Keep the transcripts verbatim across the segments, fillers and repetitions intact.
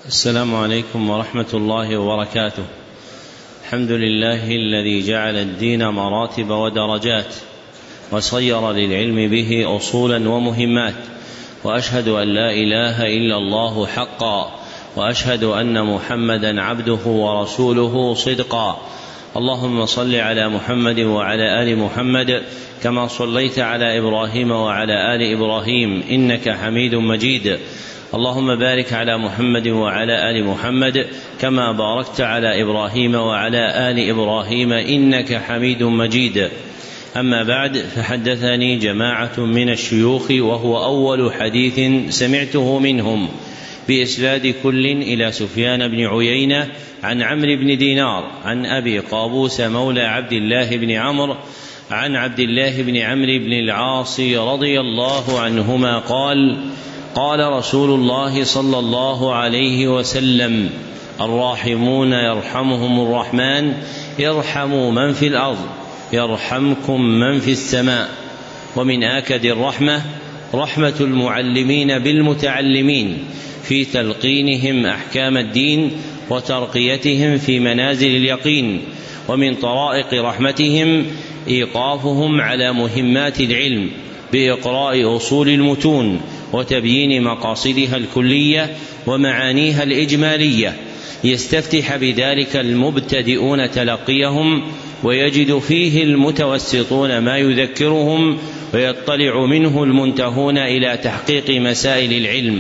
السلام عليكم ورحمة الله وبركاته. الحمد لله الذي جعل الدين مراتب ودرجات وصير للعلم به أصولا ومهمات، وأشهد أن لا إله إلا الله حقا، وأشهد أن محمدا عبده ورسوله صدقا. اللهم صل على محمد وعلى آل محمد كما صليت على إبراهيم وعلى آل إبراهيم إنك حميد مجيد. اللهم بارك على محمد وعلى آل محمد كما باركت على إبراهيم وعلى آل إبراهيم إنك حميد مجيد. أما بعد، فحدثني جماعة من الشيوخ وهو أول حديث سمعته منهم بإسناد كل إلى سفيان بن عيينة عن عمرو بن دينار عن أبي قابوس مولى عبد الله بن عمرو عن عبد الله بن عمرو بن العاص رضي الله عنهما قال: قال رسول الله صلى الله عليه وسلم: الراحمون يرحمهم الرحمن ارحموا من في الأرض يرحمكم من في السماء. ومن آكد الرحمة رحمة المعلمين بالمتعلمين في تلقينهم أحكام الدين وترقيتهم في منازل اليقين. ومن طرائق رحمتهم إيقافهم على مهمات العلم بإقراء أصول المتون وتبيين مقاصدها الكلية ومعانيها الإجمالية، يستفتح بذلك المبتدئون تلقيهم، ويجد فيه المتوسطون ما يذكرهم، ويطلع منه المنتهون إلى تحقيق مسائل العلم.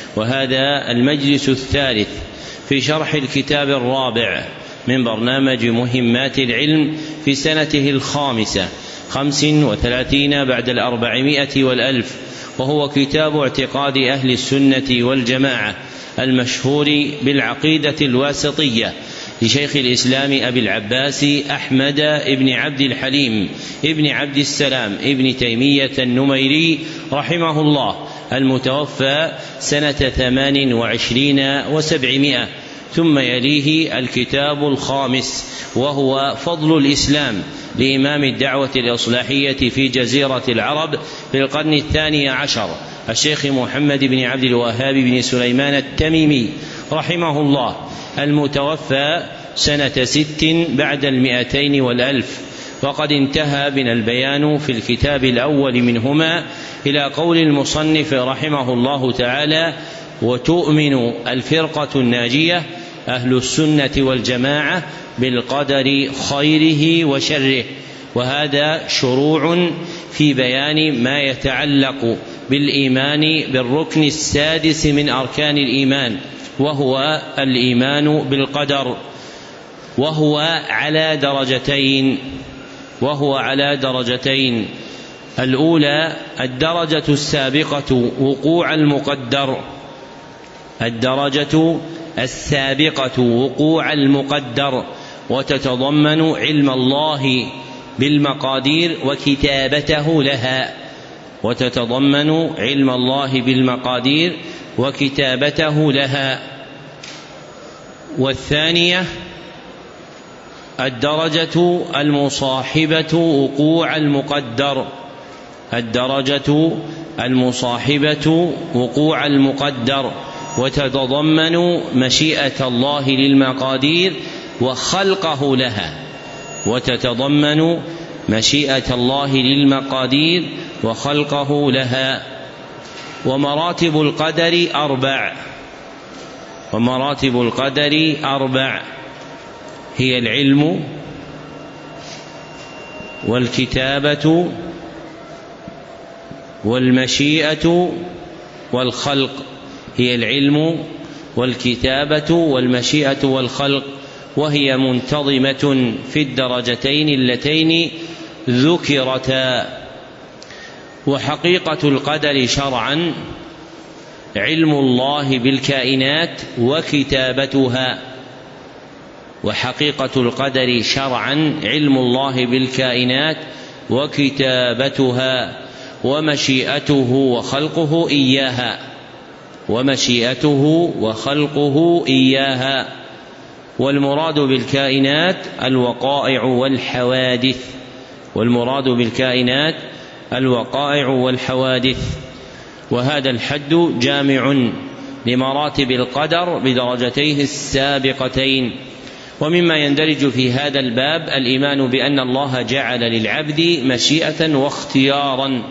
وهذا المجلس الثالث في شرح الكتاب الرابع من برنامج مهمات العلم في سنته الخامسة خمس وثلاثين بعد الأربعمائة والألف، وهو كتاب اعتقاد أهل السنة والجماعة المشهور بالعقيدة الواسطية لشيخ الإسلام أبي العباس أحمد ابن عبد الحليم ابن عبد السلام ابن تيمية النميري رحمه الله، المتوفى سنة ثمان وعشرين وسبعمائة. ثم يليه الكتاب الخامس وهو فضل الإسلام لإمام الدعوة الإصلاحية في جزيرة العرب في القرن الثاني عشر الشيخ محمد بن عبد الوهاب بن سليمان التميمي رحمه الله، المتوفى سنة ست بعد المئتين والألف. وقد انتهى بنا البيان في الكتاب الأول منهما إلى قول المصنف رحمه الله تعالى: وتؤمن الفرقة الناجية أهل السنة والجماعة بالقدر خيره وشره. وهذا شروع في بيان ما يتعلق بالإيمان بالركن السادس من أركان الإيمان، وهو الإيمان بالقدر، وهو على درجتين وهو على درجتين الأولى الدرجة السابقة وقوع المقدر الدرجة السابقة وقوع المقدر وتتضمن علم الله بالمقادير وكتابته لها وتتضمن علم الله بالمقادير وكتابته لها. والثانية الدرجة المصاحبة وقوع المقدر الدرجة المصاحبة وقوع المقدر وتتضمن مشيئة الله للمقادير وخلقه لها وتتضمن مشيئة الله للمقادير وخلقه لها. ومراتب القدر أربع ومراتب القدر أربع هي العلم والكتابة والمشيئة والخلق هي العلم والكتابة والمشيئة والخلق، وهي منتظمة في الدرجتين اللتين ذكرتا. وحقيقة القدر شرعا علم الله بالكائنات وكتابتها وحقيقة القدر شرعا علم الله بالكائنات وكتابتها ومشيئته وخلقه إياها ومشيئته وخلقه إياها. والمراد بالكائنات الوقائع والحوادث والمراد بالكائنات الوقائع والحوادث. وهذا الحد جامع لمراتب القدر بدرجتيه السابقتين. ومما يندرج في هذا الباب الإيمان بأن الله جعل للعبد مشيئة واختيارا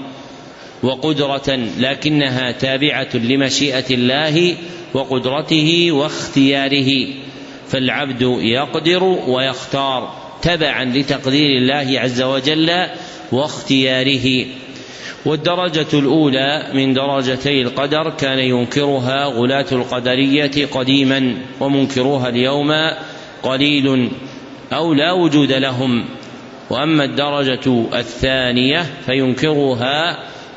وقدرة، لكنها تابعة لمشيئة الله وقدرته واختياره، فالعبد يقدر ويختار تبعا لتقدير الله عز وجل واختياره. والدرجة الأولى من درجتي القدر كان ينكرها غلاة القدرية قديما، ومنكروها اليوم قليل أو لا وجود لهم. وأما الدرجة الثانية فينكرها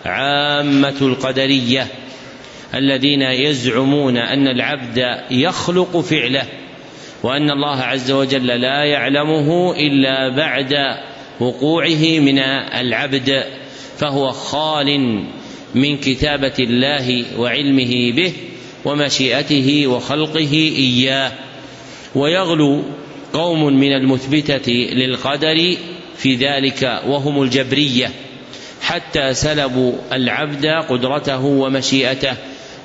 عامة القدرية الذين يزعمون أن العبد يخلق فعله، وأن الله عز وجل لا يعلمه إلا بعد وقوعه من العبد، فهو خال من كتابة الله وعلمه به ومشيئته وخلقه إياه. ويغلو قوم من المثبتة للقدر في ذلك وهم الجبرية، حتى سلبوا العبد قدرته ومشيئته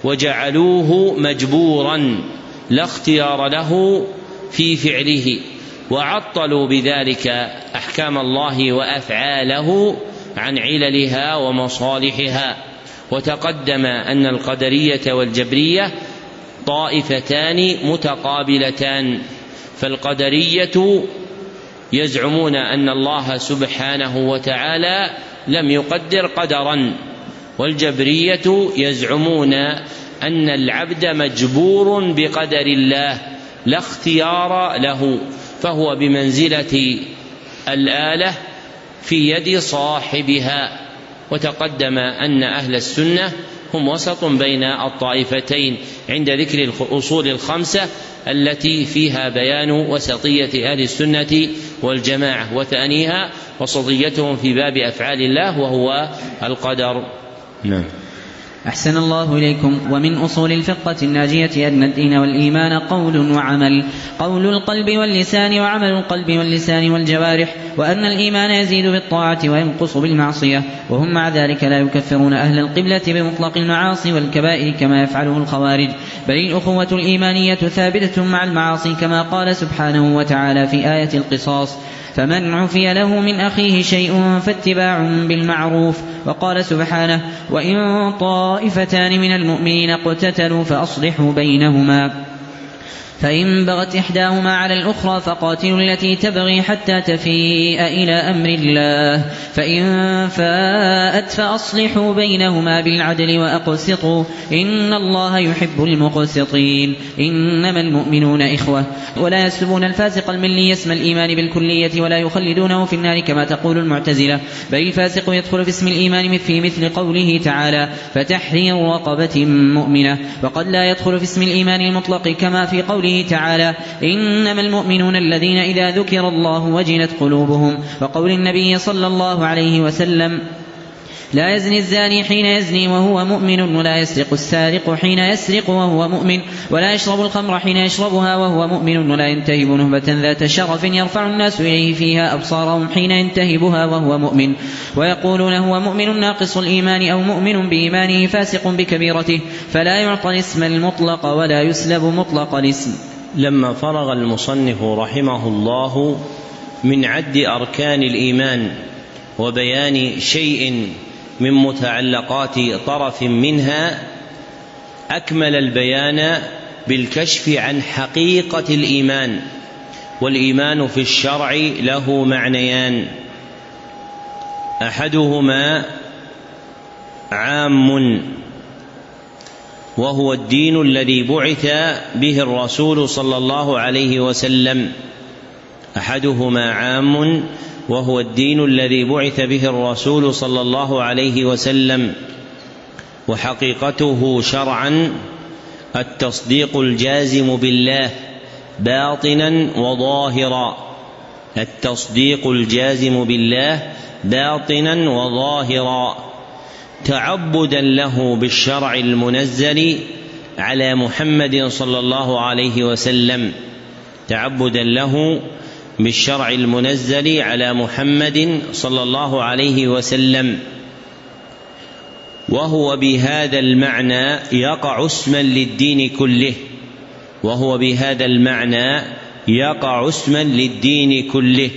وجعلوه مجبورا لا اختيار له في فعله، وعطلوا بذلك أحكام الله وأفعاله عن عللها ومصالحها. وتقدم أن القدرية والجبرية طائفتان متقابلتان، فالقدرية يزعمون أن الله سبحانه وتعالى لم يقدر قدرا، والجبرية يزعمون أن العبد مجبور بقدر الله لا اختيار له، فهو بمنزلة الآلة في يد صاحبها. وتقدم أن أهل السنة هم وسط بين الطائفتين عند ذكر الأصول الخمسة التي فيها بيان وسطية أهل السنة والجماعة، وثانيها وسطيتهم في باب أفعال الله وهو القدر. نعم. أحسن الله إليكم. ومن أصول الفقة الناجية أن الدين والإيمان قول وعمل، قول القلب واللسان وعمل القلب واللسان والجوارح، وأن الإيمان يزيد بالطاعة وينقص بالمعصية، وهم مع ذلك لا يكفرون أهل القبلة بمطلق المعاصي والكبائر كما يفعله الخوارج، بل الأخوة الإيمانية ثابتة مع المعاصي كما قال سبحانه وتعالى في آية القصاص: فمن عفي له من أخيه شيء فاتباع بالمعروف. وقال سبحانه: وإن طائفتان من المؤمنين اقتتلوا فأصلحوا بينهما، فإن بغت إحداهما على الأخرى فقاتلوا التي تبغي حتى تفيء إلى أمر الله، فإن فاءت فأصلحوا بينهما بالعدل وأقسطوا إن الله يحب المقسطين. إنما المؤمنون إخوة. ولا يسلبون الفاسق الملي اسم الإيمان بالكلية ولا يخلدونه في النار كما تقول المعتزلة، بل الفاسق يدخل في اسم الإيمان في مثل قوله تعالى: فتحرير رقبة مؤمنة، وقد لا يدخل في اسم الإيمان المطلق كما في قوله تعالى: إنما المؤمنون الذين إذا ذكر الله وجلت قلوبهم، وقول النبي صلى الله عليه وسلم: لا يزني الزاني حين يزني وهو مؤمن، ولا يسرق السارق حين يسرق وهو مؤمن، ولا يشرب الخمر حين يشربها وهو مؤمن، ولا ينتهب نهبة ذات شرف يرفع الناس إليه فيها أبصارهم حين ينتهبها وهو مؤمن، ويقولون هو مؤمن ناقص الإيمان أو مؤمن بإيمانه فاسق بكبيرته، فلا يعطى الاسم المطلق ولا يسلب مطلق الاسم. لما فرغ المصنف رحمه الله من عد أركان الإيمان وبيان شيء من متعلقات طرف منها، أكمل البيان بالكشف عن حقيقة الإيمان. والإيمان في الشرع له معنيان: أحدهما عام وهو الدين الذي بعث به الرسول صلى الله عليه وسلم أحدهما عام وهو الدين الذي بعث به الرسول صلى الله عليه وسلم وحقيقته شرعا التصديق الجازم بالله باطنا وظاهرا التصديق الجازم بالله باطنا وظاهرا تعبدا له بالشرع المنزل على محمد صلى الله عليه وسلم تعبدا له بالشرع المنزل على محمد صلى الله عليه وسلم وهو بهذا المعنى يقع اسما للدين كله وهو بهذا المعنى يقع اسما للدين كله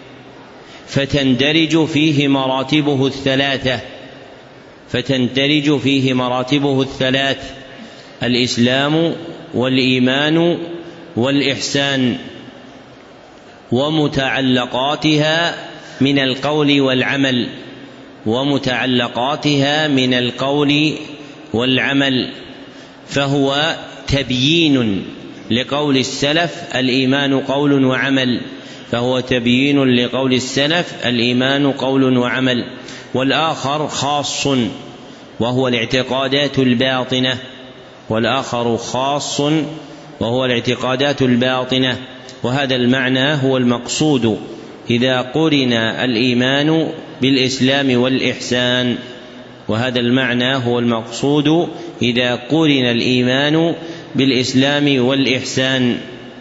فتندرج فيه مراتبه الثلاثة فتندرج فيه مراتبه الثلاث الإسلام والإيمان والإحسان ومتعلقاتها من القول والعمل ومتعلقاتها من القول والعمل فهو تبيين لقول السلف الإيمان قول وعمل فهو تبيين لقول السلف الإيمان قول وعمل. والآخر خاص وهو الاعتقادات الباطنة والآخر خاص وهو الاعتقادات الباطنة وهذا المعنى هو المقصود إذا قرن الإيمان بالإسلام والإحسان وهذا المعنى هو المقصود إذا قرن الإيمان بالإسلام والإحسان.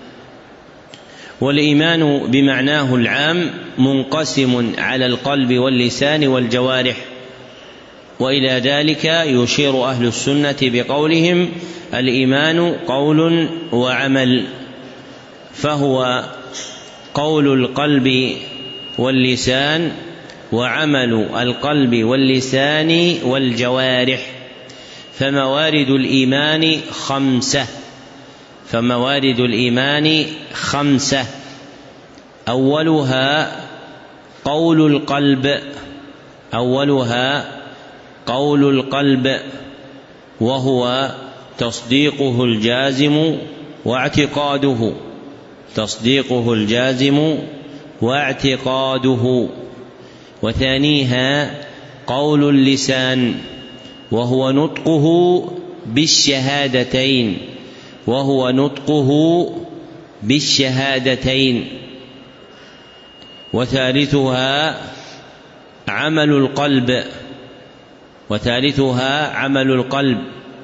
والإيمان بمعناه العام منقسم على القلب واللسان والجوارح وإلى ذلك يشير أهل السنة بقولهم الإيمان قول وعمل فهو قول القلب واللسان وعمل القلب واللسان والجوارح. فموارد الإيمان خمسة فموارد الإيمان خمسة أولها قول القلب أولها قول القلب وهو تصديقه الجازم واعتقاده تصديقه الجازم واعتقاده. وثانيها قول اللسان وهو نطقه بالشهادتين وهو نطقه بالشهادتين. وثالثها عمل القلب وثالثها عمل القلب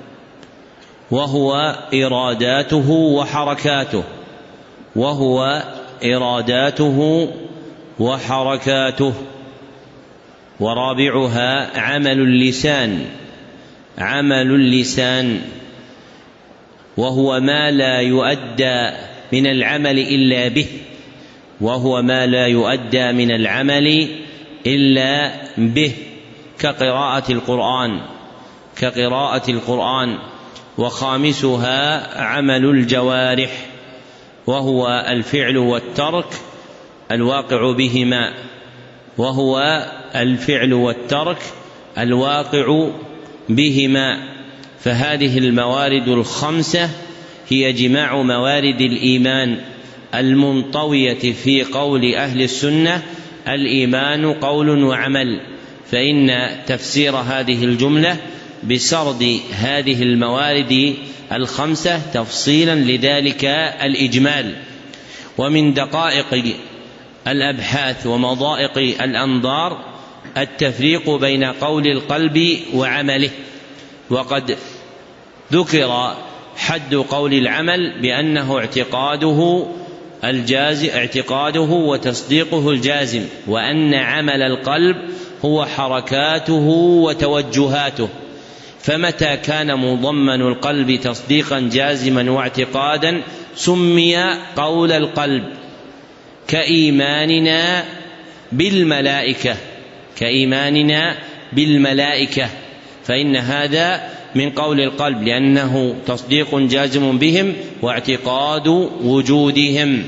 وهو إراداته وحركاته وهو إراداته وحركاته. ورابعها عمل اللسان عمل اللسان وهو ما لا يؤدى من العمل إلا به وهو ما لا يؤدى من العمل إلا به كقراءة القرآن كقراءة القرآن. وخامسها عمل الجوارح وهو الفعل والترك الواقع بهما وهو الفعل والترك الواقع بهما. فهذه الموارد الخمسة هي جماع موارد الإيمان المنطوية في قول أهل السنة الإيمان قول وعمل. فإن تفسير هذه الجملة بسرد هذه الموارد الخمسة تفصيلا لذلك الإجمال. ومن دقائق الأبحاث ومضائق الأنظار التفريق بين قول القلب وعمله. وقد ذكر حد قول العمل بأنه اعتقاده الجازم اعتقاده وتصديقه الجازم وأن عمل القلب هو حركاته وتوجهاته. فمتى كان مضمن القلب تصديقا جازما واعتقادا سمي قول القلب كإيماننا بالملائكة كإيماننا بالملائكة فإن هذا من قول القلب لأنه تصديق جازم بهم واعتقاد وجودهم.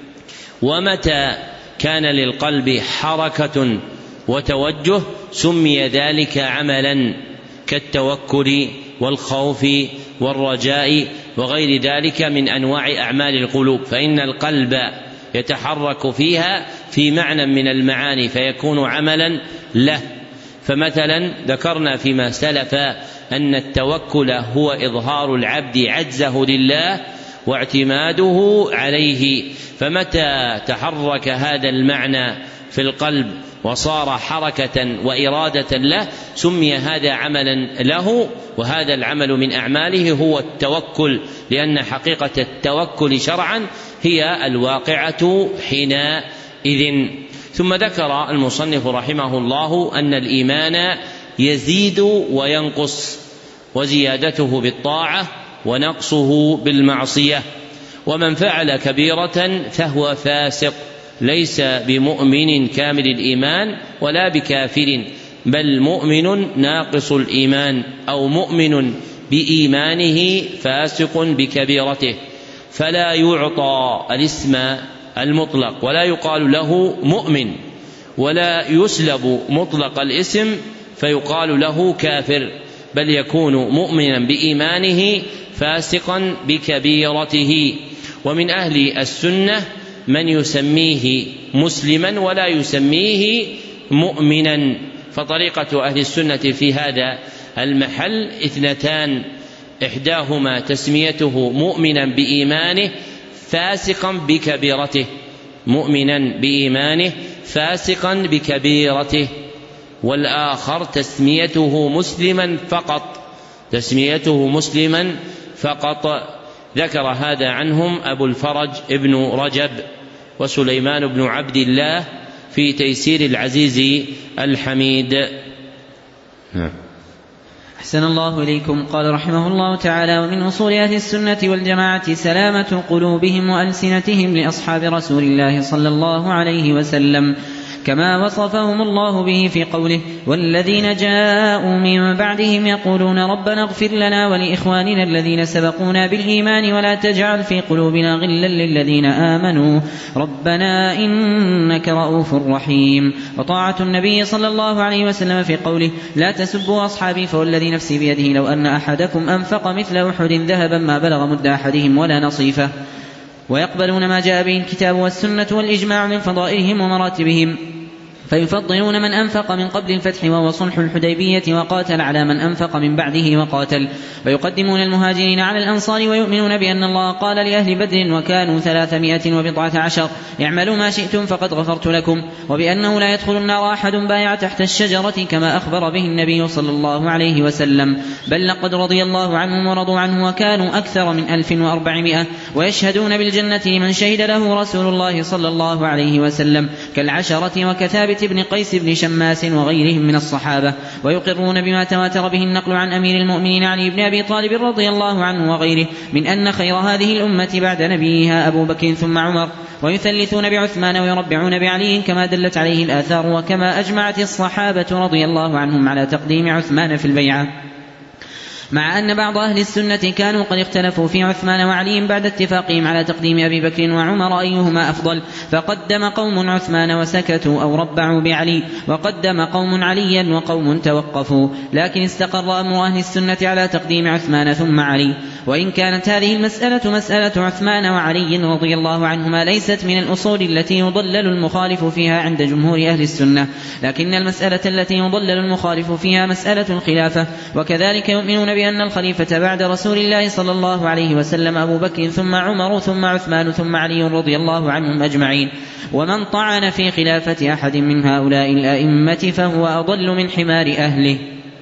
ومتى كان للقلب حركة وتوجه سمي ذلك عملا كالتوكل والخوف والرجاء وغير ذلك من أنواع أعمال القلوب فإن القلب يتحرك فيها في معنى من المعاني فيكون عملا له. فمثلا ذكرنا فيما سلف أن التوكل هو إظهار العبد عجزه لله واعتماده عليه. فمتى تحرك هذا المعنى في القلب وصار حركة وإرادة له سمي هذا عملا له. وهذا العمل من أعماله هو التوكل لأن حقيقة التوكل شرعا هي الواقعة حينئذ. ثم ذكر المصنف رحمه الله أن الإيمان يزيد وينقص، وزيادته بالطاعة ونقصه بالمعصية. ومن فعل كبيرة فهو فاسق، ليس بمؤمن كامل الإيمان ولا بكافر، بل مؤمن ناقص الإيمان، أو مؤمن بإيمانه فاسق بكبيرته، فلا يعطى الاسم المطلق، ولا يقال له مؤمن، ولا يسلب مطلق الاسم فيقال له كافر، بل يكون مؤمنا بإيمانه فاسقا بكبيرته. ومن أهل السنة من يسميه مسلما ولا يسميه مؤمنا، فطريقة أهل السنة في هذا المحل اثنتان: إحداهما تسميته مؤمنا بإيمانه فاسقا بكبيرته، مؤمنا بإيمانه فاسقا بكبيرته، والآخر تسميته مسلما فقط، تسميته مسلما فقط. ذكر هذا عنهم أبو الفرج ابن رجب وسليمان بن عبد الله في تيسير العزيز الحميد. أحسن الله إليكم. قال رحمه الله تعالى: ومن أصول أهل السنة والجماعة سلامة قلوبهم وألسنتهم لأصحاب رسول الله صلى الله عليه وسلم، كما وصفهم الله به في قوله: والذين جاءوا من بعدهم يقولون ربنا اغفر لنا ولإخواننا الذين سبقونا بالإيمان ولا تجعل في قلوبنا غلا للذين آمنوا ربنا إنك رؤوف رحيم. وطاعة النبي صلى الله عليه وسلم في قوله: لا تسبوا أصحابي فوالذي نفسي بيده لو أن أحدكم أنفق مثل أحد ذهبا ما بلغ مد أحدهم ولا نصيفه. ويقبلون ما جاء به الكتاب والسنة والإجماع من فضائلهم ومراتبهم، فيفضلون من أنفق من قبل الفتح وهو صلح الحديبية وقاتل على من أنفق من بعده وقاتل، ويقدمون المهاجرين على الأنصار، ويؤمنون بأن الله قال لأهل بدر وكانوا ثلاثمائة وبضعة عشر: اعملوا ما شئتم فقد غفرت لكم، وبأنه لا يدخل النار أحد بايع تحت الشجرة كما أخبر به النبي صلى الله عليه وسلم، بل لقد رضي الله عنهم ورضوا عنه وكانوا أكثر من ألف وأربعمائة، ويشهدون بالجنة لمن شهد له رسول الله صلى الله عليه وسلم كالعشرة وكثابت بن قيس بن شماس وغيرهم من الصحابة. ويقرون بما تواتر به النقل عن أمير المؤمنين علي بن أبي طالب رضي الله عنه وغيره من أن خير هذه الأمة بعد نبيها أبو بكر ثم عمر، ويثلثون بعثمان ويربعون بعلي كما دلت عليه الآثار، وكما أجمعت الصحابة رضي الله عنهم على تقديم عثمان في البيعة، مع أن بعض أهل السنة كانوا قد اختلفوا في عثمان وعلي بعد اتفاقهم على تقديم أبي بكر وعمر أيهما أفضل، فقدم قوم عثمان وسكتوا أو ربعوا بعلي، وقدم قوم عليا وقوم توقفوا، لكن استقر أمر أهل السنة على تقديم عثمان ثم علي. وإن كانت هذه المسألة مسألة عثمان وعلي رضي الله عنهما ليست من الأصول التي يضلل المخالف فيها عند جمهور أهل السنة، لكن المسألة التي يضلل المخالف فيها مسألة الخلافة. وكذلك يؤمنون بأن الخليفة بعد رسول الله صلى الله عليه وسلم أبو بكر ثم عمر ثم عثمان ثم علي رضي الله عنهم أجمعين، ومن طعن في خلافة أحد من هؤلاء الأئمة فهو أضل من حمار أهله.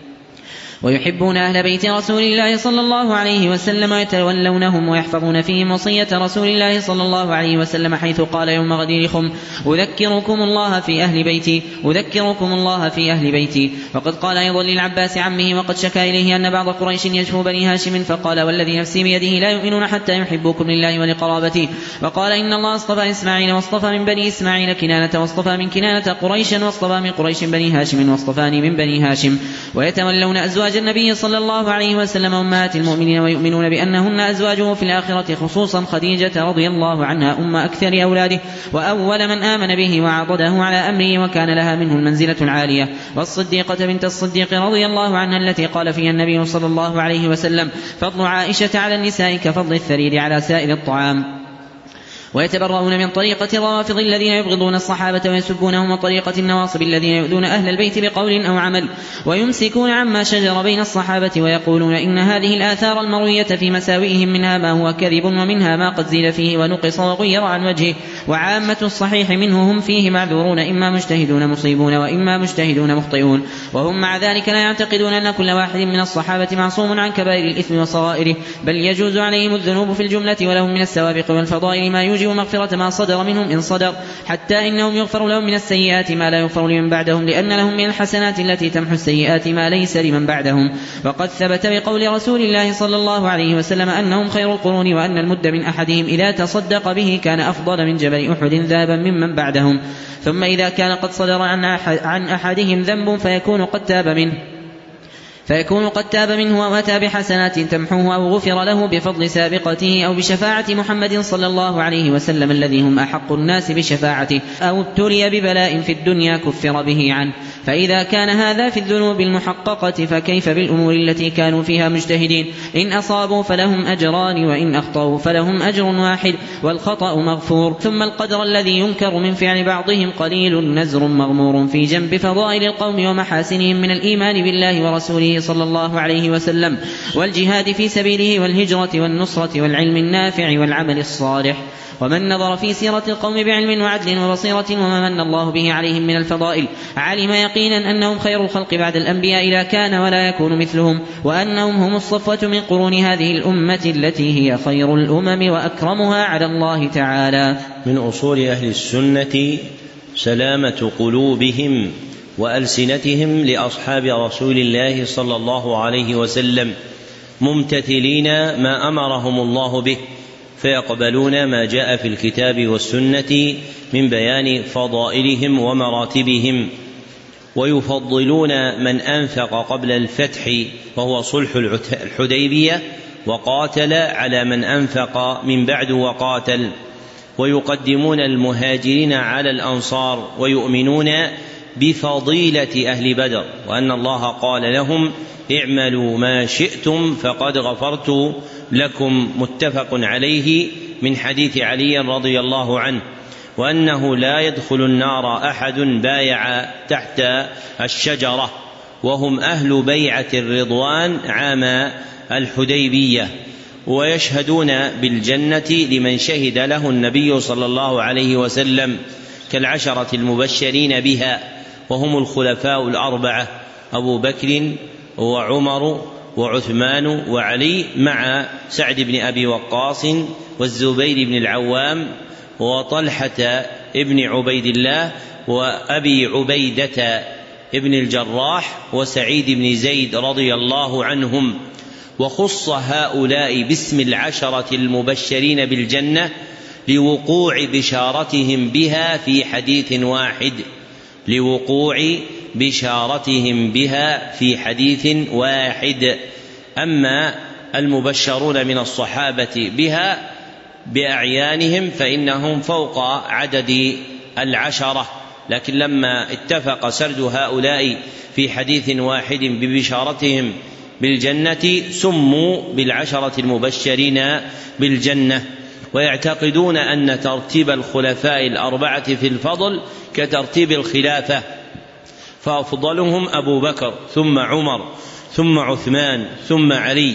ويحبون أهل بيت رسول الله صلى الله عليه وسلم ويتولونهم ويحفظون فيهم وصية رسول الله صلى الله عليه وسلم، حيث قال يوم غدير خم: أذكركم الله في أهل بيتي أذكركم الله في أهل بيتي. وقد قال أيضا للعباس عمه وقد شكا إليه أن بعض قريش يجفو بني هاشم، فقال: والذي نفسي بيده لا يؤمنون حتى يحبوكم لله ولقرابتي. وقال: إن الله اصطفى إسماعيل واصطفى من بني إسماعيل كنانة واصطفى من كنانة قريشا واصطفى من قريش بني هاشم واصطفاني من بني هاشم. ويتولون أزواج النبي صلى الله عليه وسلم أمهات المؤمنين، ويؤمنون بأنهن أزواجه في الآخرة، خصوصا خديجة رضي الله عنها أم أكثر أولاده وأول من آمن به وعضده على أمره، وكان لها منه المنزلة العالية. والصديقة بنت الصديق رضي الله عنها التي قال فيها النبي صلى الله عليه وسلم: فضل عائشة على النساء كفضل الثريد على سائر الطعام. ويتبرؤون من طريقة الروافض الذين يبغضون الصحابة ويسبونهم، وطريقة النواصب الذين يؤذون أهل البيت بقول أو عمل، ويمسكون عما شجر بين الصحابة، ويقولون إن هذه الآثار المروية في مساوئهم منها ما هو كذب ومنها ما قد زيد فيه ونقص وغير عن وجهه، وعامة الصحيح منه هم فيه معذورون، إما مجتهدون مصيبون وإما مجتهدون مخطئون. وهم مع ذلك لا يعتقدون أن كل واحد من الصحابة معصوم عن كبائر الإثم وصغائره، بل يجوز عليهم الذنوب في الجملة، ولهم من السوابق والفضائل ما يوجب يوجب مغفرة ما صدر منهم إن صدر، حتى إنهم يغفر لهم من السيئات ما لا يغفر لمن بعدهم، لأن لهم من الحسنات التي تمحو السيئات ما ليس لمن بعدهم. وقد ثبت بقول رسول الله صلى الله عليه وسلم أنهم خير القرون، وأن المد من أحدهم إذا تصدق به كان أفضل من جبل أحد ذهبا ممن بعدهم. ثم إذا كان قد صدر عن أحدهم ذنب فيكون قد تاب منه فيكون قد تاب منه وأتى بحسنات تمحوه، أو غفر له بفضل سابقته أو بشفاعة محمد صلى الله عليه وسلم الذي هم أحق الناس بشفاعته، أو ابتلي ببلاء في الدنيا كفر به عنه. فإذا كان هذا في الذنوب المحققة فكيف بالأمور التي كانوا فيها مجتهدين؟ إن أصابوا فلهم أجران، وإن أخطأوا فلهم أجر واحد، والخطأ مغفور. ثم القدر الذي ينكر من فعل بعضهم قليل نزر مغمور في جنب فضائل القوم ومحاسنهم من الإيمان بالله ورسوله صلى الله عليه وسلم، والجهاد في سبيله، والهجرة والنصرة والعلم النافع والعمل الصالح. ومن نظر في سيرة القوم بعلم وعدل وبصيرة وما من الله به عليهم من الفضائل علم يقينا أنهم خير الخلق بعد الأنبياء لا كان ولا يكون مثلهم، وأنهم هم الصفوة من قرون هذه الأمة التي هي خير الأمم وأكرمها على الله تعالى. من أصول أهل السنة سلامة قلوبهم وألسنتهم لأصحاب رسول الله صلى الله عليه وسلم، ممتثلين ما أمرهم الله به، فيقبلون ما جاء في الكتاب والسنة من بيان فضائلهم ومراتبهم، ويفضلون من أنفق قبل الفتح وهو صلح الحديبية وقاتل على من أنفق من بعد وقاتل، ويقدمون المهاجرين على الأنصار، ويؤمنون بفضيلة أهل بدر، وأن الله قال لهم اعملوا ما شئتم فقد غفرت لكم، متفق عليه من حديث علي رضي الله عنه، وأنه لا يدخل النار أحد بايع تحت الشجرة، وهم أهل بيعة الرضوان عام الحديبية، ويشهدون بالجنة لمن شهد له النبي صلى الله عليه وسلم كالعشرة المبشرين بها، وهم الخلفاء الأربعة أبو بكر وعمر وعثمان وعلي مع سعد بن أبي وقاص والزبير بن العوام وطلحة ابن عبيد الله وأبي عبيدة ابن الجراح وسعيد بن زيد رضي الله عنهم. وخص هؤلاء باسم العشرة المبشرين بالجنة لوقوع بشارتهم بها في حديث واحد لوقوع بشارتهم بها في حديث واحد. أما المبشرون من الصحابة بها بأعيانهم فإنهم فوق عدد العشرة، لكن لما اتفق سرد هؤلاء في حديث واحد ببشارتهم بالجنة سموا بالعشرة المبشرين بالجنة. ويعتقدون أن ترتيب الخلفاء الأربعة في الفضل كترتيب الخلافة، فأفضلهم أبو بكر ثم عمر ثم عثمان ثم علي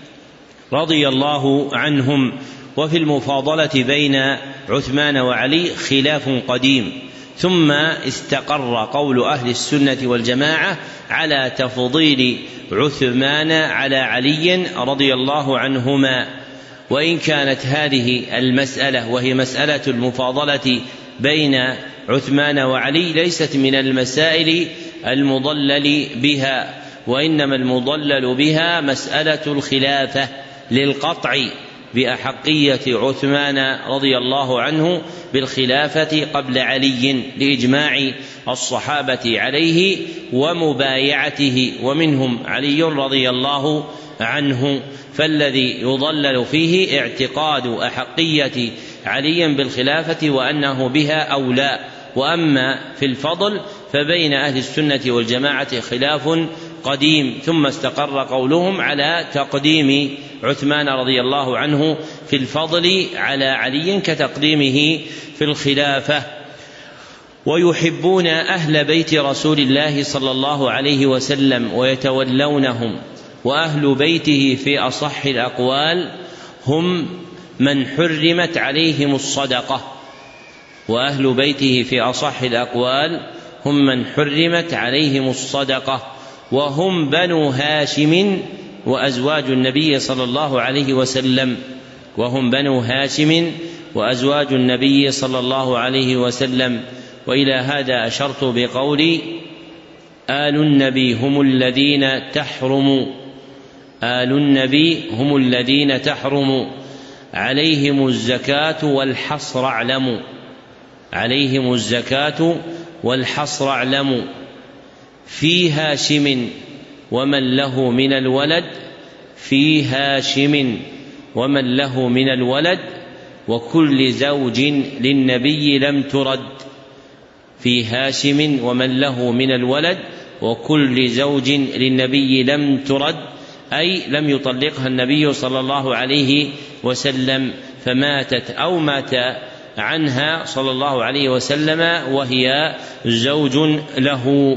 رضي الله عنهم. وفي المفاضلة بين عثمان وعلي خلاف قديم، ثم استقر قول أهل السنة والجماعة على تفضيل عثمان على علي رضي الله عنهما. وإن كانت هذه المسألة وهي مسألة المفاضلة بين عثمان وعلي ليست من المسائل المضلل بها، وإنما المضلل بها مسألة الخلافة للقطع بأحقية عثمان رضي الله عنه بالخلافة قبل علي لإجماع الصحابة عليه ومبايعته، ومنهم علي رضي الله عنه. فالذي يضلل فيه اعتقاد أحقية علي بالخلافة وأنه بها أولى. وأما في الفضل فبين أهل السنة والجماعة خلاف قديم، ثم استقر قولهم على تقديم عثمان رضي الله عنه في الفضل على علي كتقديمه في الخلافة. ويحبون أهل بيت رسول الله صلى الله عليه وسلم ويتولونهم، وأهل بيته في أصح الأقوال هم من حرمت عليهم الصدقة وأهل بيته في أصح الأقوال هم من حرمت عليهم الصدقة وهم بنو هاشم وأزواج النبي صلى الله عليه وسلم وهم بنو هاشم وأزواج النبي صلى الله عليه وسلم. وإلى هذا أشرت بقولي: آل النبي هم الذين تحرم آل النبي هم الذين تحرم عليهم الزكاة والحصر اعلموا عليهم الزكاة والحصر اعلموا في هاشم ومن له من الولد في هاشم ومن له من الولد وكل زوج للنبي لم ترد في هاشم ومن له من الولد وكل زوج للنبي لم ترد، أي لم يطلقها النبي صلى الله عليه وسلم فماتت أو مات عنها صلى الله عليه وسلم وهي زوج له.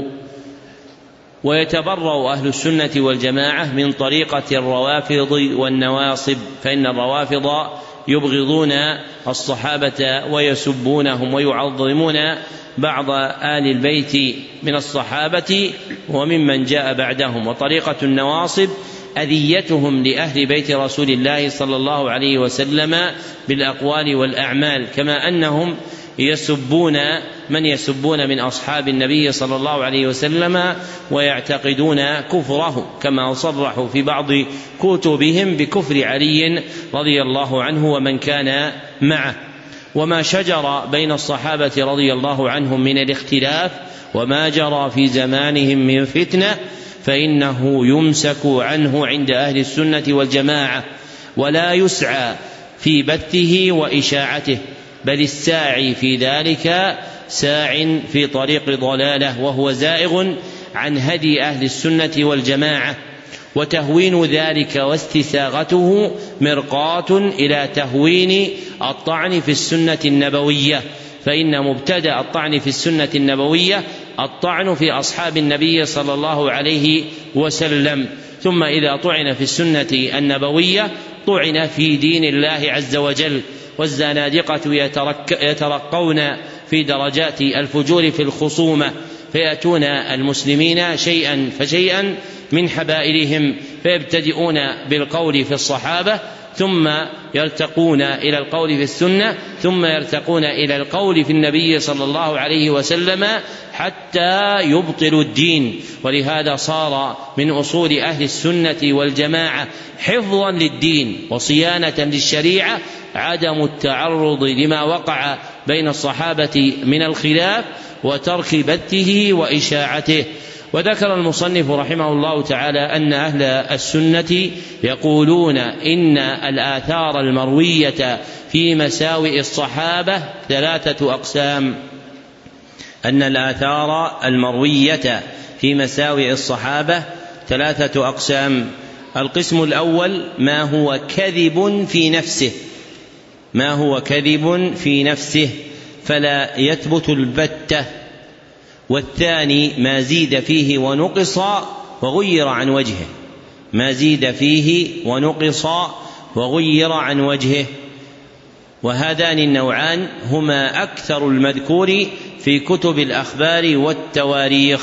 ويتبرأ أهل السنة والجماعة من طريقة الروافض والنواصب، فإن الروافض يبغضون الصحابة ويسبونهم ويعظمون بعض آل البيت من الصحابة وممن جاء بعدهم، وطريقة النواصب أذيتهم لأهل بيت رسول الله صلى الله عليه وسلم بالأقوال والأعمال، كما أنهم يسبون من يسبون من أصحاب النبي صلى الله عليه وسلم ويعتقدون كفره، كما صرحوا في بعض كتبهم بكفر علي رضي الله عنه ومن كان معه. وما شجر بين الصحابة رضي الله عنهم من الاختلاف وما جرى في زمانهم من فتنة فإنه يمسك عنه عند أهل السنة والجماعة، ولا يسعى في بثه وإشاعته، بل الساعي في ذلك ساع في طريق ضلالة وهو زائغ عن هدي أهل السنة والجماعة. وتهوين ذلك واستساغته مرقاة إلى تهوين الطعن في السنة النبوية، فإن مبتدأ الطعن في السنة النبوية الطعن في أصحاب النبي صلى الله عليه وسلم، ثم إذا طعن في السنة النبوية طعن في دين الله عز وجل. والزنادقة يترقون في درجات الفجور في الخصومة، فيأتون المسلمين شيئا فشيئا من حبائلهم، فيبتدئون بالقول في الصحابة ثم يرتقون إلى القول في السنة ثم يرتقون إلى القول في النبي صلى الله عليه وسلم حتى يبطلوا الدين. ولهذا صار من أصول أهل السنة والجماعة حفظا للدين وصيانة للشريعة عدم التعرض لما وقع بين الصحابة من الخلاف وترك بثه وإشاعته. وذكر المصنف رحمه الله تعالى أن أهل السنة يقولون إن الآثار المروية في مساوئ الصحابة ثلاثة أقسام أن الآثار المروية في مساوئ الصحابة ثلاثة أقسام. القسم الأول ما هو كذب في نفسه ما هو كذب في نفسه فلا يثبت البتة. والثاني ما زيد فيه ونقص وغير عن وجهه ما زيد فيه ونقص وغير عن وجهه. وهذان النوعان هما أكثر المذكور في كتب الأخبار والتواريخ.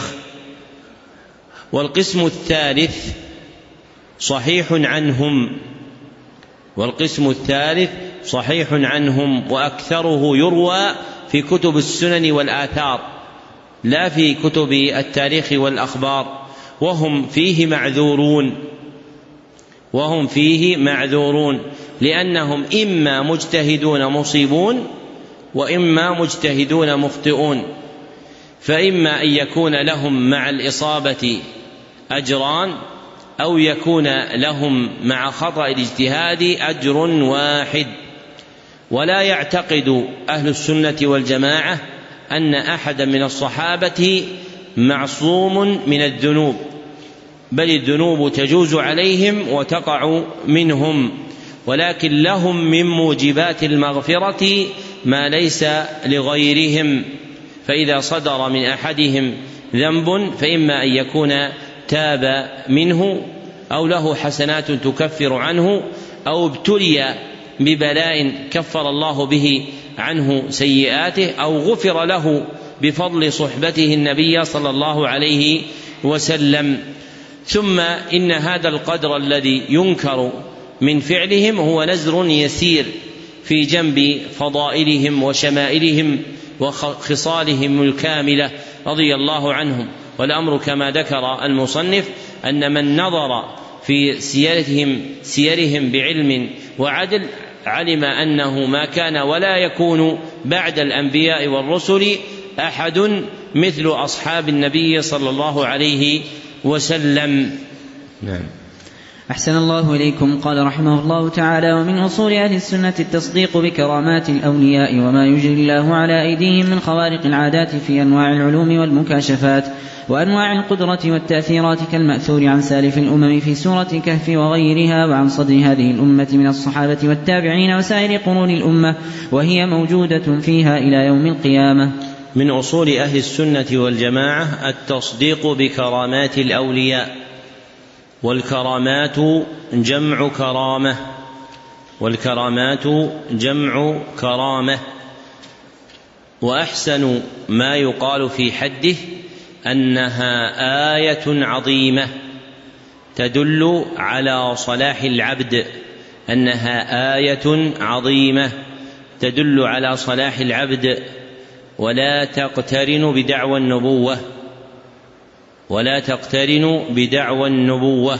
والقسم الثالث صحيح عنهم والقسم الثالث صحيح عنهم وأكثره يروى في كتب السنن والآثار لا في كتب التاريخ والأخبار، وهم فيه معذورون وهم فيه معذورون لأنهم إما مجتهدون مصيبون وإما مجتهدون مخطئون، فإما أن يكون لهم مع الإصابة أجران أو يكون لهم مع خطأ الاجتهاد أجر واحد. ولا يعتقد أهل السنة والجماعة أن أحد من الصحابة معصوم من الذنوب، بل الذنوب تجوز عليهم وتقع منهم، ولكن لهم من موجبات المغفرة ما ليس لغيرهم. فإذا صدر من أحدهم ذنب فإما أن يكون تاب منه أو له حسنات تكفر عنه أو ابتلي ببلاء كفر الله به عنه سيئاته أو غفر له بفضل صحبته النبي صلى الله عليه وسلم. ثم إن هذا القدر الذي ينكر من فعلهم هو نزر يسير في جنب فضائلهم وشمائلهم وخصالهم الكاملة رضي الله عنهم. والأمر كما ذكر المصنف أن من نظر في سيرهم, سيرهم بعلم وعدل علم أنه ما كان ولا يكون بعد الأنبياء والرسل أحد مثل أصحاب النبي صلى الله عليه وسلم. نعم. أحسن الله إليكم. قال رحمه الله تعالى: ومن أصول أهل السنة التصديق بكرامات الأولياء وما يجري الله على أيديهم من خوارق العادات في أنواع العلوم والمكاشفات وأنواع القدرة والتأثيرات كالمأثور عن سالف الأمم في سورة الكهف وغيرها، وعن صدر هذه الأمة من الصحابة والتابعين وسائر قرون الأمة، وهي موجودة فيها إلى يوم القيامة. من أصول أهل السنة والجماعة التصديق بكرامات الأولياء. والكرامات جمع كرامة والكرامات جمع كرامة وأحسن ما يقال في حده أنها آية عظيمة تدل على صلاح العبد أنها آية عظيمة تدل على صلاح العبد ولا تقترن بدعوى النبوة ولا تقترن بدعوى النبوة.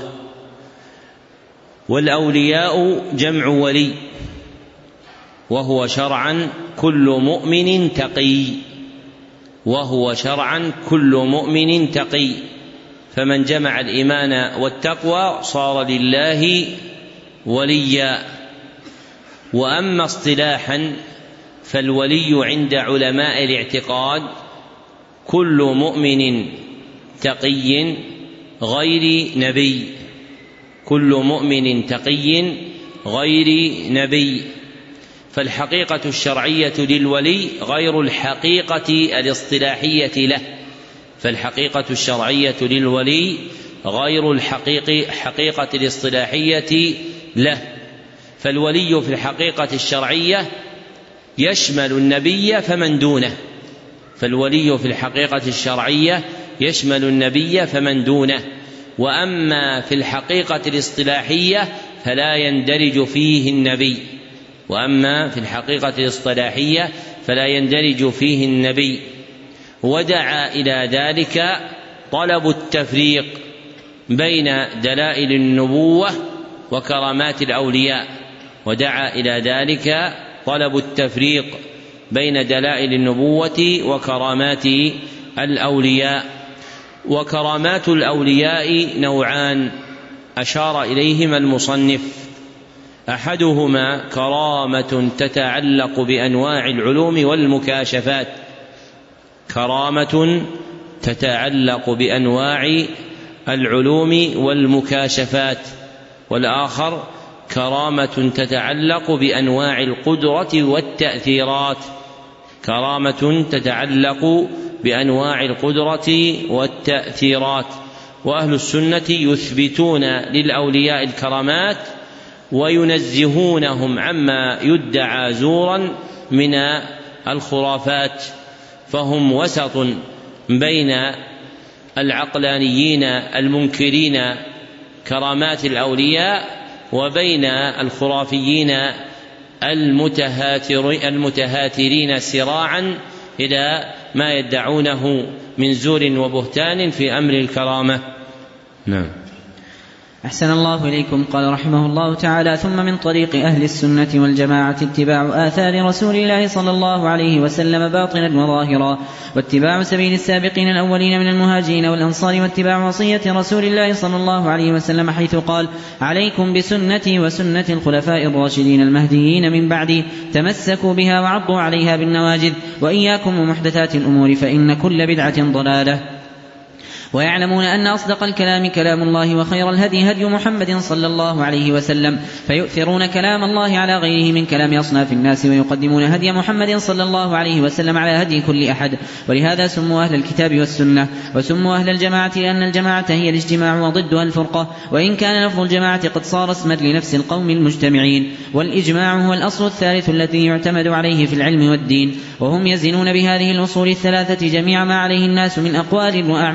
والأولياء جمع ولي، وهو شرعا كل مؤمن تقي وهو شرعا كل مؤمن تقي فمن جمع الإيمان والتقوى صار لله وليا. وأما اصطلاحا فالولي عند علماء الاعتقاد كل مؤمن تقي غير نبي كل مؤمن تقي غير نبي. فالحقيقة الشرعية للولي غير الحقيقة الاصطلاحية له فالحقيقة الشرعية للولي غير الحقيقة الاصطلاحية له. فالولي في الحقيقة الشرعية يشمل النبي فمن دونه فالولي في الحقيقة الشرعية يشمل النبي فمن دونه. وأما في الحقيقة الاصطلاحية فلا يندرج فيه النبي وأما في الحقيقة الاصطلاحية فلا يندرج فيه النبي. ودعا إلى ذلك طلب التفريق بين دلائل النبوة وكرامات الأولياء ودعا إلى ذلك طلب التفريق بين دلائل النبوة وكرامات الأولياء. وكرامات الأولياء نوعان أشار إليهما المصنف: أحدهما كرامة تتعلق بأنواع العلوم والمكاشفات كرامة تتعلق بأنواع العلوم والمكاشفات والآخر كرامة تتعلق بأنواع القدرة والتأثيرات كرامة تتعلق بأنواع القدرة والتأثيرات. وأهل السنة يثبتون للأولياء الكرامات وينزهونهم عما يدعى زورا من الخرافات، فهم وسط بين العقلانيين المنكرين كرامات الأولياء وبين الخرافيين المتهاترين سراعا إلى ما يدعونه من زور وبهتان في أمر الكرامة. نعم. أحسن الله إليكم. قال رحمه الله تعالى: ثم من طريق أهل السنة والجماعة اتباع آثار رسول الله صلى الله عليه وسلم باطنا وظاهرا، واتباع سبيل السابقين الأولين من المهاجرين والأنصار، واتباع وصية رسول الله صلى الله عليه وسلم حيث قال: عليكم بسنتي وسنة الخلفاء الراشدين المهديين من بعدي تمسكوا بها وعضوا عليها بالنواجذ، وإياكم ومحدثات الأمور فإن كل بدعة ضلالة. ويعلمون أن أصدق الكلام كلام الله وخير الهدي هدي محمد صلى الله عليه وسلم، فيؤثرون كلام الله على غيره من كلام أصناف الناس، ويقدمون هدي محمد صلى الله عليه وسلم على هدي كل أحد. ولهذا سموا أهل الكتاب والسنة، وسموا أهل الجماعة لأن الجماعة هي الاجتماع وضدها الفرقة، وإن كان لفظ الجماعة قد صار اسما لنفس القوم المجتمعين. والإجماع هو الأصل الثالث الذي يعتمد عليه في العلم والدين، وهم يزنون بهذه الأصول الثلاثة جميع ما عليه الناس من أقوال وأعمال باطنة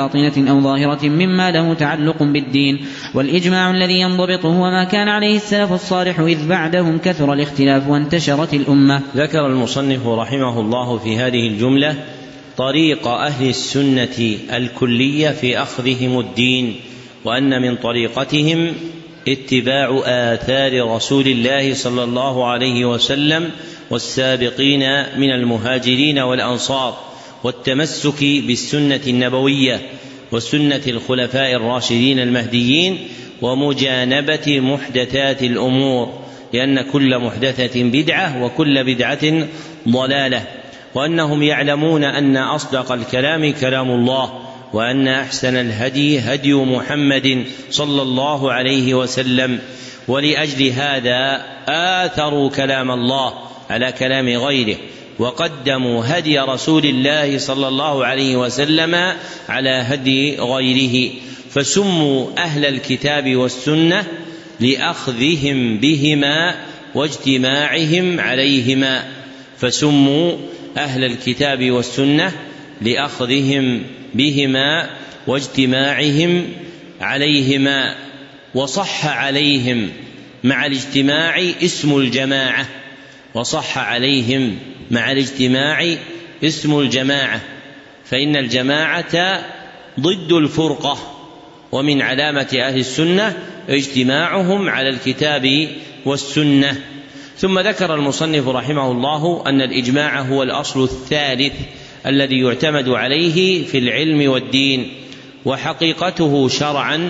باطنة أو ظاهرة مما له تعلق بالدين. والإجماع الذي ينضبط هو ما كان عليه السلف الصالح إذ بعدهم كثر الاختلاف وانتشرت الأمة. ذكر المصنف رحمه الله في هذه الجملة طريق أهل السنة الكلية في أخذهم الدين، وأن من طريقتهم اتباع آثار رسول الله صلى الله عليه وسلم والسابقين من المهاجرين والأنصار، والتمسك بالسنة النبوية وسنة الخلفاء الراشدين المهديين، ومجانبة محدثات الأمور، لأن كل محدثة بدعة وكل بدعة ضلالة، وأنهم يعلمون أن أصدق الكلام كلام الله، وأن أحسن الهدي هدي محمد صلى الله عليه وسلم، ولأجل هذا آثروا كلام الله على كلام غيره، وقدموا هدي رسول الله صلى الله عليه وسلم على هدي غيره، فسموا أهل الكتاب والسنة لأخذهم بهما واجتماعهم عليهما فسموا أهل الكتاب والسنة لأخذهم بهما واجتماعهم عليهما. وصح عليهم مع الاجتماع اسم الجماعة وصح عليهم مع الاجتماع اسم الجماعة فإن الجماعة ضد الفرقة، ومن علامة أهل السنة اجتماعهم على الكتاب والسنة. ثم ذكر المصنف رحمه الله أن الإجماع هو الأصل الثالث الذي يعتمد عليه في العلم والدين، وحقيقته شرعا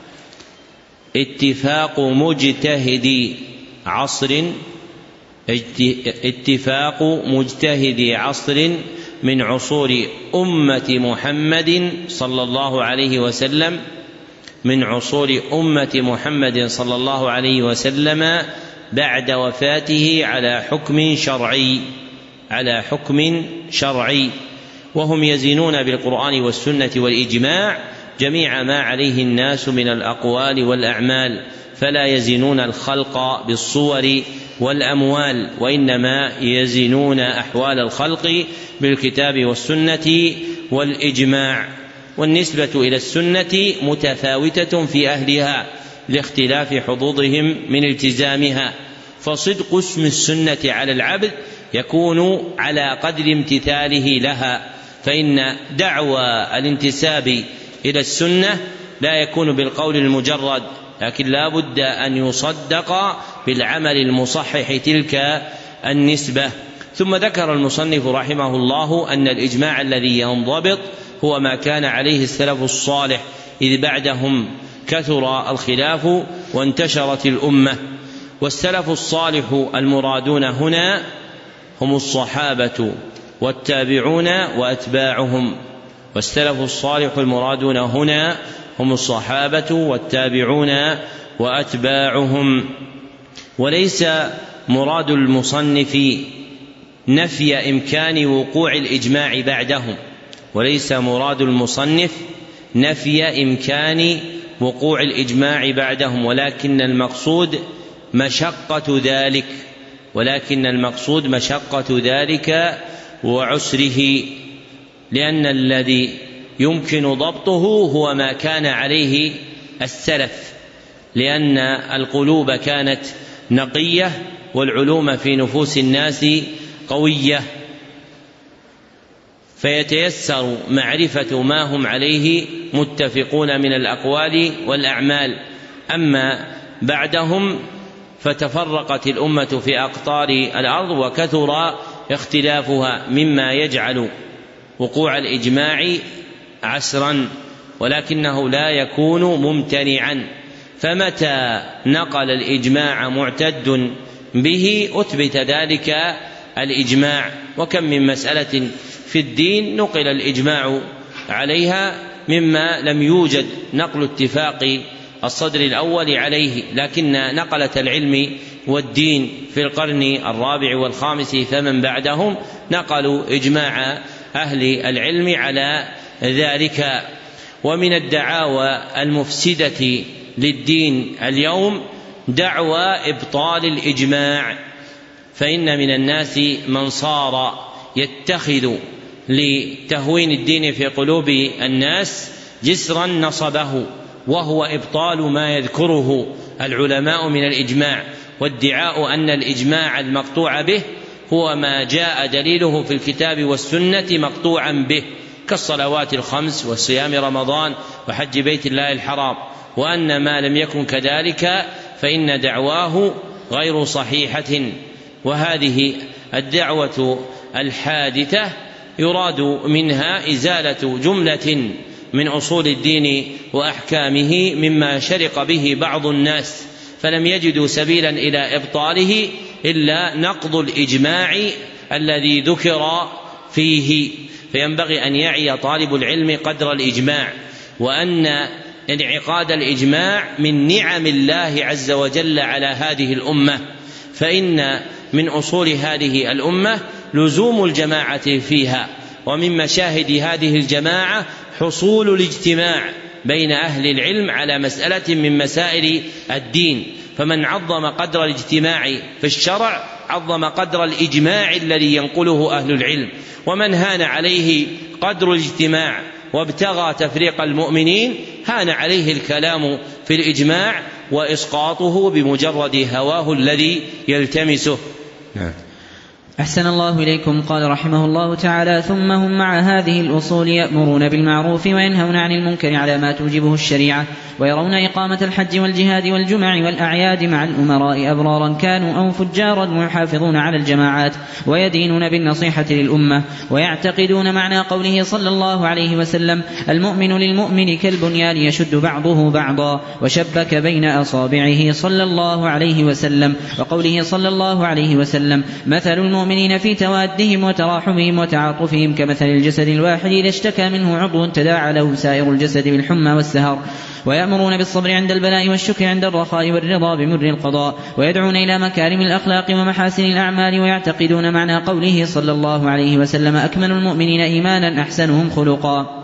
اتفاق مجتهد عصر اتفاق مجتهد عصر من عصور أمة محمد صلى الله عليه وسلم من عصور أمة محمد صلى الله عليه وسلم بعد وفاته على حكم شرعي على حكم شرعي وهم يزنون بالقرآن والسنة والإجماع جميع ما عليه الناس من الأقوال والأعمال، فلا يزنون الخلق بالصور والأموال، وإنما يزنون أحوال الخلق بالكتاب والسنة والإجماع. والنسبة إلى السنة متفاوتة في أهلها لاختلاف حظوظهم من التزامها، فصدق اسم السنة على العبد يكون على قدر امتثاله لها، فإن دعوى الانتساب إلى السنة لا يكون بالقول المجرد، لكن لا بد أن يصدق بالعمل المصحح تلك النسبة. ثم ذكر المصنف رحمه الله أن الإجماع الذي ينضبط هو ما كان عليه السلف الصالح إذ بعدهم كثر الخلاف وانتشرت الأمة. والسلف الصالح المرادون هنا هم الصحابة والتابعون وأتباعهم والسلف الصالح المرادون هنا هم الصحابة والتابعون وأتباعهم. وليس مراد المصنف نفي إمكان وقوع الإجماع بعدهم وليس مراد المصنف نفي إمكان وقوع الإجماع بعدهم ولكن المقصود مشقة ذلك ولكن المقصود مشقة ذلك وعسره، لأن الذي يمكن ضبطه هو ما كان عليه السلف، لأن القلوب كانت نقية والعلوم في نفوس الناس قوية، فيتيسر معرفة ما هم عليه متفقون من الأقوال والأعمال. أما بعدهم فتفرقت الأمة في أقطار الأرض وكثر اختلافها مما يجعل وقوع الإجماع عسرا، ولكنه لا يكون ممتنعا، فمتى نقل الإجماع معتد به أثبت ذلك الإجماع. وكم من مسألة في الدين نقل الإجماع عليها مما لم يوجد نقل اتفاق الصدر الأول عليه، لكن نقلة العلم والدين في القرن الرابع والخامس فمن بعدهم نقلوا إجماع أهل العلم على ذلك. ومن الدعاوى المفسدة للدين اليوم دعوى إبطال الإجماع، فإن من الناس من صار يتخذ لتهوين الدين في قلوب الناس جسرا نصبه، وهو إبطال ما يذكره العلماء من الإجماع، وادعاء أن الإجماع المقطوع به هو ما جاء دليله في الكتاب والسنة مقطوعا به، كالصلوات الخمس وصيام رمضان وحج بيت الله الحرام، وأن ما لم يكن كذلك فإن دعواه غير صحيحة. وهذه الدعوة الحادثة يراد منها إزالة جملة من أصول الدين وأحكامه مما شرق به بعض الناس، فلم يجدوا سبيلا إلى إبطاله إلا نقض الإجماع الذي ذكر فيه. فينبغي أن يعي طالب العلم قدر الإجماع، وأن انعقاد الإجماع من نعم الله عز وجل على هذه الأمة، فإن من أصول هذه الأمة لزوم الجماعة فيها، ومن مشاهد هذه الجماعة حصول الاجتماع بين أهل العلم على مسألة من مسائل الدين، فمن عظم قدر الاجتماع في الشرع عظم قدر الإجماع الذي ينقله أهل العلم، ومن هان عليه قدر الاجتماع وابتغى تفريق المؤمنين هان عليه الكلام في الإجماع وإسقاطه بمجرد هواه الذي يلتمسه. نعم. أحسن الله إليكم. قال رحمه الله تعالى: ثم هم مع هذه الأصول يأمرون بالمعروف وينهون عن المنكر على ما توجبه الشريعة، ويرون إقامة الحج والجهاد والجمع والأعياد مع الأمراء أبرارا كانوا أو فجارا، ويحافظون على الجماعات ويدينون بالنصيحة للأمة، ويعتقدون معنى قوله صلى الله عليه وسلم: المؤمن للمؤمن كالبنيان يشد بعضه بعضا، وشبك بين أصابعه صلى الله عليه وسلم، وقوله صلى الله عليه وسلم: مثل المؤمن المؤمنين في توادهم وتراحمهم وتعاطفهم كمثل الجسد الواحد إذا اشتكى منه عضو تداعى له سائر الجسد بالحمى والسهر. ويأمرون بالصبر عند البلاء والشكر عند الرخاء والرضا بمر القضاء، ويدعون إلى مكارم الأخلاق ومحاسن الأعمال، ويعتقدون معنى قوله صلى الله عليه وسلم: أكمل المؤمنين إيمانا أحسنهم خلقا.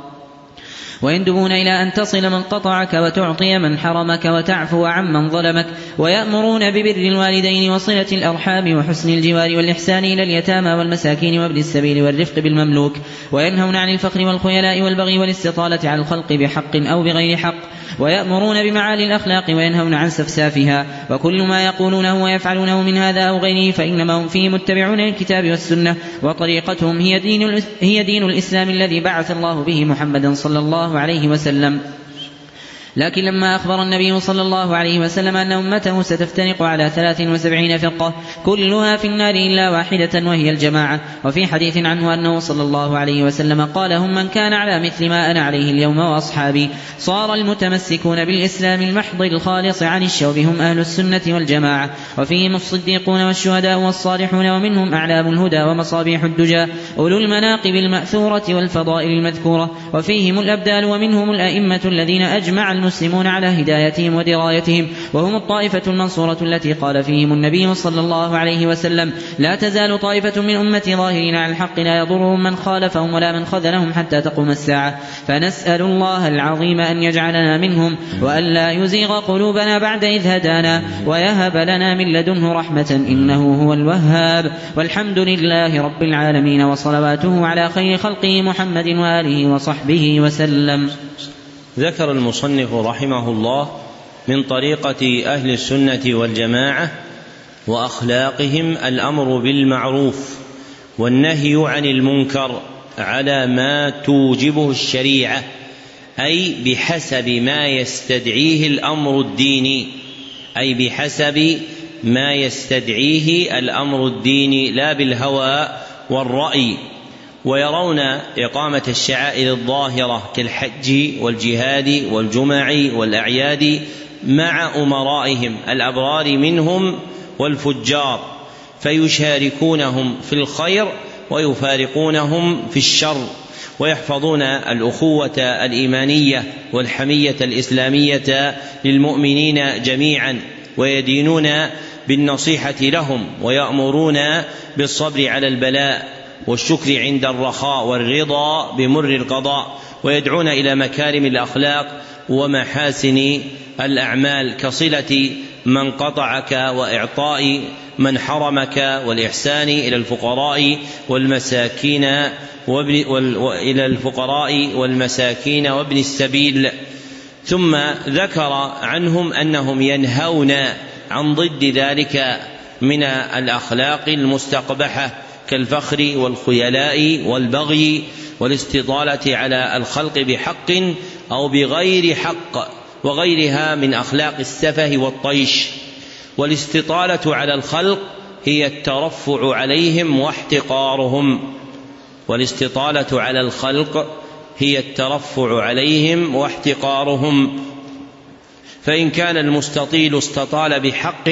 ويندبون إلى أن تصل من قطعك وتعطي من حرمك وتعفو عمن ظلمك. ويأمرون ببر الوالدين وصلة الأرحام وحسن الجوار والإحسان إلى اليتامى والمساكين وابن السبيل والرفق بالمملوك. وينهون عن الفخر والخيلاء والبغي والاستطالة على الخلق بحق أو بغير حق. ويأمرون بمعالي الأخلاق وينهون عن سفسافها. وكل ما يقولونه ويفعلونه من هذا أو غيره فإنما هم فيه متبعون للكتاب والسنة، وطريقتهم هي دين, هي دين الإسلام الذي بعث الله به محمدا صلى الله عليه وسلم. لكن لما أخبر النبي صلى الله عليه وسلم أن أمته ستفترق على ثلاث وسبعين فرقة كلها في النار إلا واحدة وهي الجماعة، وفي حديث عنه أنه صلى الله عليه وسلم قال: هم من كان على مثل ما أنا عليه اليوم وأصحابي. صار المتمسكون بالإسلام المحض الخالص عن الشوب هم أهل السنة والجماعة، وفيهم الصديقون والشهداء والصالحون، ومنهم أعلام الهدى ومصابيح الدجى أولو المناقب المأثورة والفضائل المذكورة، وفيهم الأبدال، ومنهم الأئمة الذين أجمع المسلمون على هدايتهم ودرايتهم، وهم الطائفة المنصورة التي قال فيهم النبي صلى الله عليه وسلم: لا تزال طائفة من أمتي ظاهرين على الحق لا يضرهم من خالفهم ولا من خذلهم حتى تقوم الساعة. فنسأل الله العظيم أن يجعلنا منهم، وأن لا يزيغ قلوبنا بعد إذ هدانا، ويهب لنا من لدنه رحمة إنه هو الوهاب. والحمد لله رب العالمين، وصلواته على خير خلقه محمد وآله وصحبه وسلم. ذكر المصنف رحمه الله من طريقة أهل السنة والجماعة وأخلاقهم الأمر بالمعروف والنهي عن المنكر على ما توجبه الشريعة، أي بحسب ما يستدعيه الأمر الديني، أي بحسب ما يستدعيه الأمر الديني لا بالهوى والرأي. ويرون إقامة الشعائر الظاهرة كالحج والجهاد والجمع والأعياد مع أمرائهم الأبرار منهم والفجار، فيشاركونهم في الخير ويفارقونهم في الشر، ويحفظون الأخوة الإيمانية والحمية الإسلامية للمؤمنين جميعا، ويدينون بالنصيحة لهم، ويأمرون بالصبر على البلاء والشكر عند الرخاء والرضا بمر القضاء، ويدعون إلى مكارم الأخلاق ومحاسن الأعمال كصلة من قطعك وإعطاء من حرمك والإحسان إلى الفقراء والمساكين وإلى الفقراء والمساكين وابن السبيل. ثم ذكر عنهم أنهم ينهون عن ضد ذلك من الأخلاق المستقبحة كالفخر والخيلاء والبغي والاستطالة على الخلق بحق أو بغير حق وغيرها من أخلاق السفه والطيش. والاستطالة على الخلق هي الترفع عليهم واحتقارهم والاستطالة على الخلق هي الترفع عليهم واحتقارهم فإن كان المستطيل استطال بحق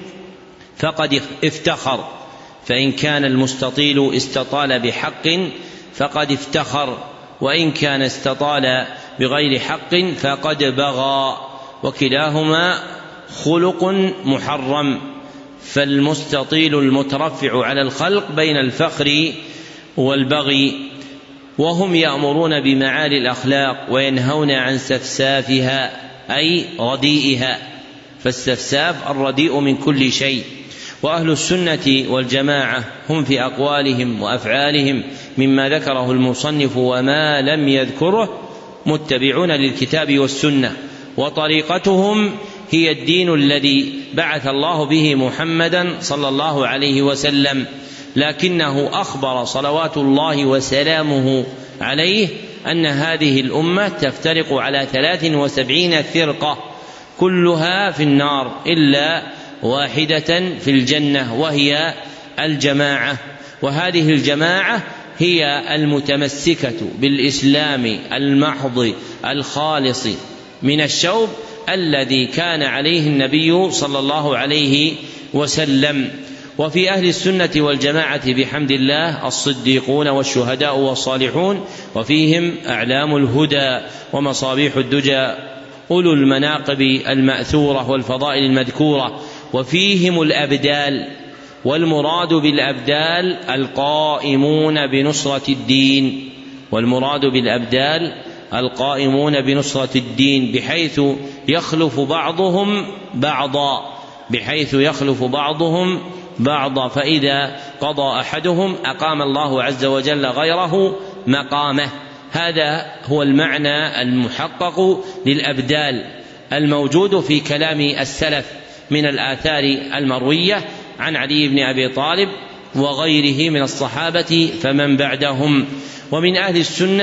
فقد افتخر فإن كان المستطيل استطال بحق فقد افتخر وإن كان استطال بغير حق فقد بغى، وكلاهما خلق محرم. فالمستطيل المترفع على الخلق بين الفخر والبغي، وهم يأمرون بمعالي الأخلاق وينهون عن سفسافها أي رديئها، فالسفساف الرديء من كل شيء. وأهل السنة والجماعة هم في أقوالهم وأفعالهم مما ذكره المصنف وما لم يذكره متبعون للكتاب والسنة، وطريقتهم هي الدين الذي بعث الله به محمدا صلى الله عليه وسلم، لكنه أخبر صلوات الله وسلامه عليه أن هذه الأمة تفترق على ثلاث وسبعين فرقة كلها في النار إلا واحدة في الجنة وهي الجماعة. وهذه الجماعة هي المتمسكة بالإسلام المحض الخالص من الشوب الذي كان عليه النبي صلى الله عليه وسلم. وفي أهل السنة والجماعة بحمد الله الصديقون والشهداء والصالحون، وفيهم أعلام الهدى ومصابيح الدجى أولو المناقب المأثورة والفضائل المذكورة، وفيهم الأبدال، والمراد بالأبدال القائمون بنصرة الدين والمراد بالأبدال القائمون بنصرة الدين بحيث يخلف بعضهم بعضا بحيث يخلف بعضهم بعضا فإذا قضى أحدهم أقام الله عز وجل غيره مقامه. هذا هو المعنى المحقق للأبدال الموجود في كلام السلف من الآثار المروية عن علي بن أبي طالب وغيره من الصحابة فمن بعدهم. ومن أهل السنة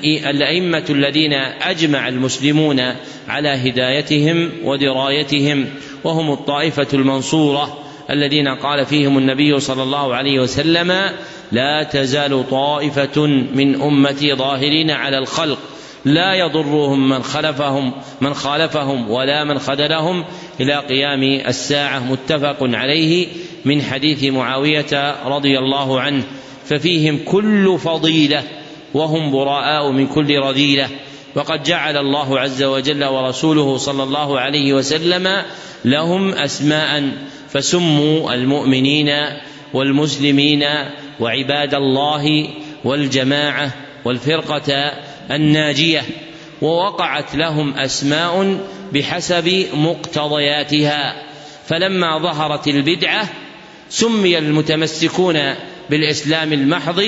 الأئمة الذين أجمع المسلمون على هدايتهم ودرايتهم، وهم الطائفة المنصورة الذين قال فيهم النبي صلى الله عليه وسلم: لا تزال طائفة من أمتي ظاهرين على الخلق لا يضرهم من خلفهم من خالفهم ولا من خذلهم إلى قيام الساعة، متفق عليه من حديث معاوية رضي الله عنه. ففيهم كل فضيلة وهم براء من كل رذيلة، وقد جعل الله عز وجل ورسوله صلى الله عليه وسلم لهم أسماء، فسموا المؤمنين والمسلمين وعباد الله والجماعة والفرقة الناجية، ووقعت لهم أسماء بحسب مقتضياتها. فلما ظهرت البدعة سمي المتمسكون بالإسلام المحض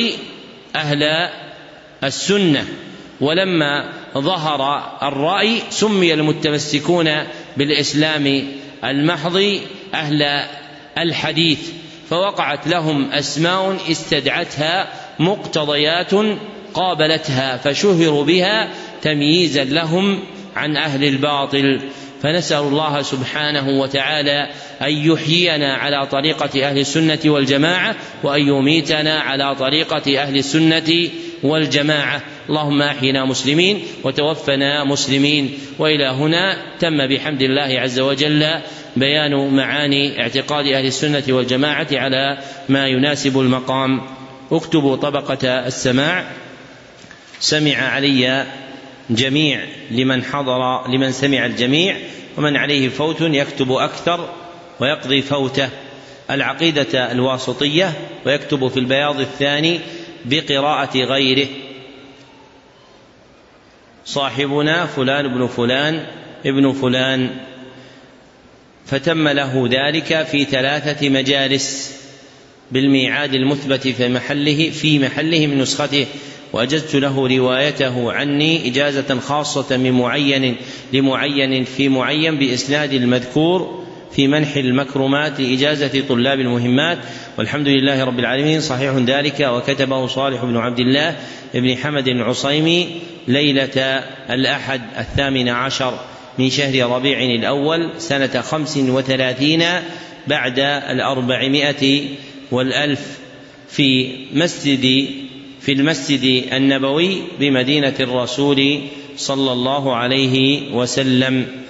أهل السنة، ولما ظهر الرأي سمي المتمسكون بالإسلام المحض أهل الحديث، فوقعت لهم أسماء استدعتها مقتضيات قابلتها فشهروا بها تمييزا لهم عن أهل الباطل. فنسأل الله سبحانه وتعالى أن يحيينا على طريقة أهل السنة والجماعة وأن يميتنا على طريقة أهل السنة والجماعة. اللهم أحينا مسلمين وتوفنا مسلمين. وإلى هنا تم بحمد الله عز وجل بيان معاني اعتقاد أهل السنة والجماعة على ما يناسب المقام. اكتبوا طبقة السماع. سمع علي جميع لمن حضر لمن سمع الجميع، ومن عليه فوت يكتب أكثر ويقضي فوته. العقيدة الواسطية، ويكتب في البياض الثاني بقراءة غيره. صاحبنا فلان ابن فلان ابن فلان، فتم له ذلك في ثلاثة مجالس بالميعاد المثبت في محله في محله من نسخته، وأجزت له روايته عني إجازة خاصة من معين لمعين في معين بإسناد المذكور في منح المكرمات لإجازة طلاب المهمات، والحمد لله رب العالمين. صحيح ذلك، وكتبه صالح بن عبد الله بن حمد العصيمي ليلة الأحد الثامن عشر من شهر ربيع الأول سنة خمس وثلاثين بعد الأربعمائة والألف في مسجد في المسجد النبوي بمدينة الرسول صلى الله عليه وسلم.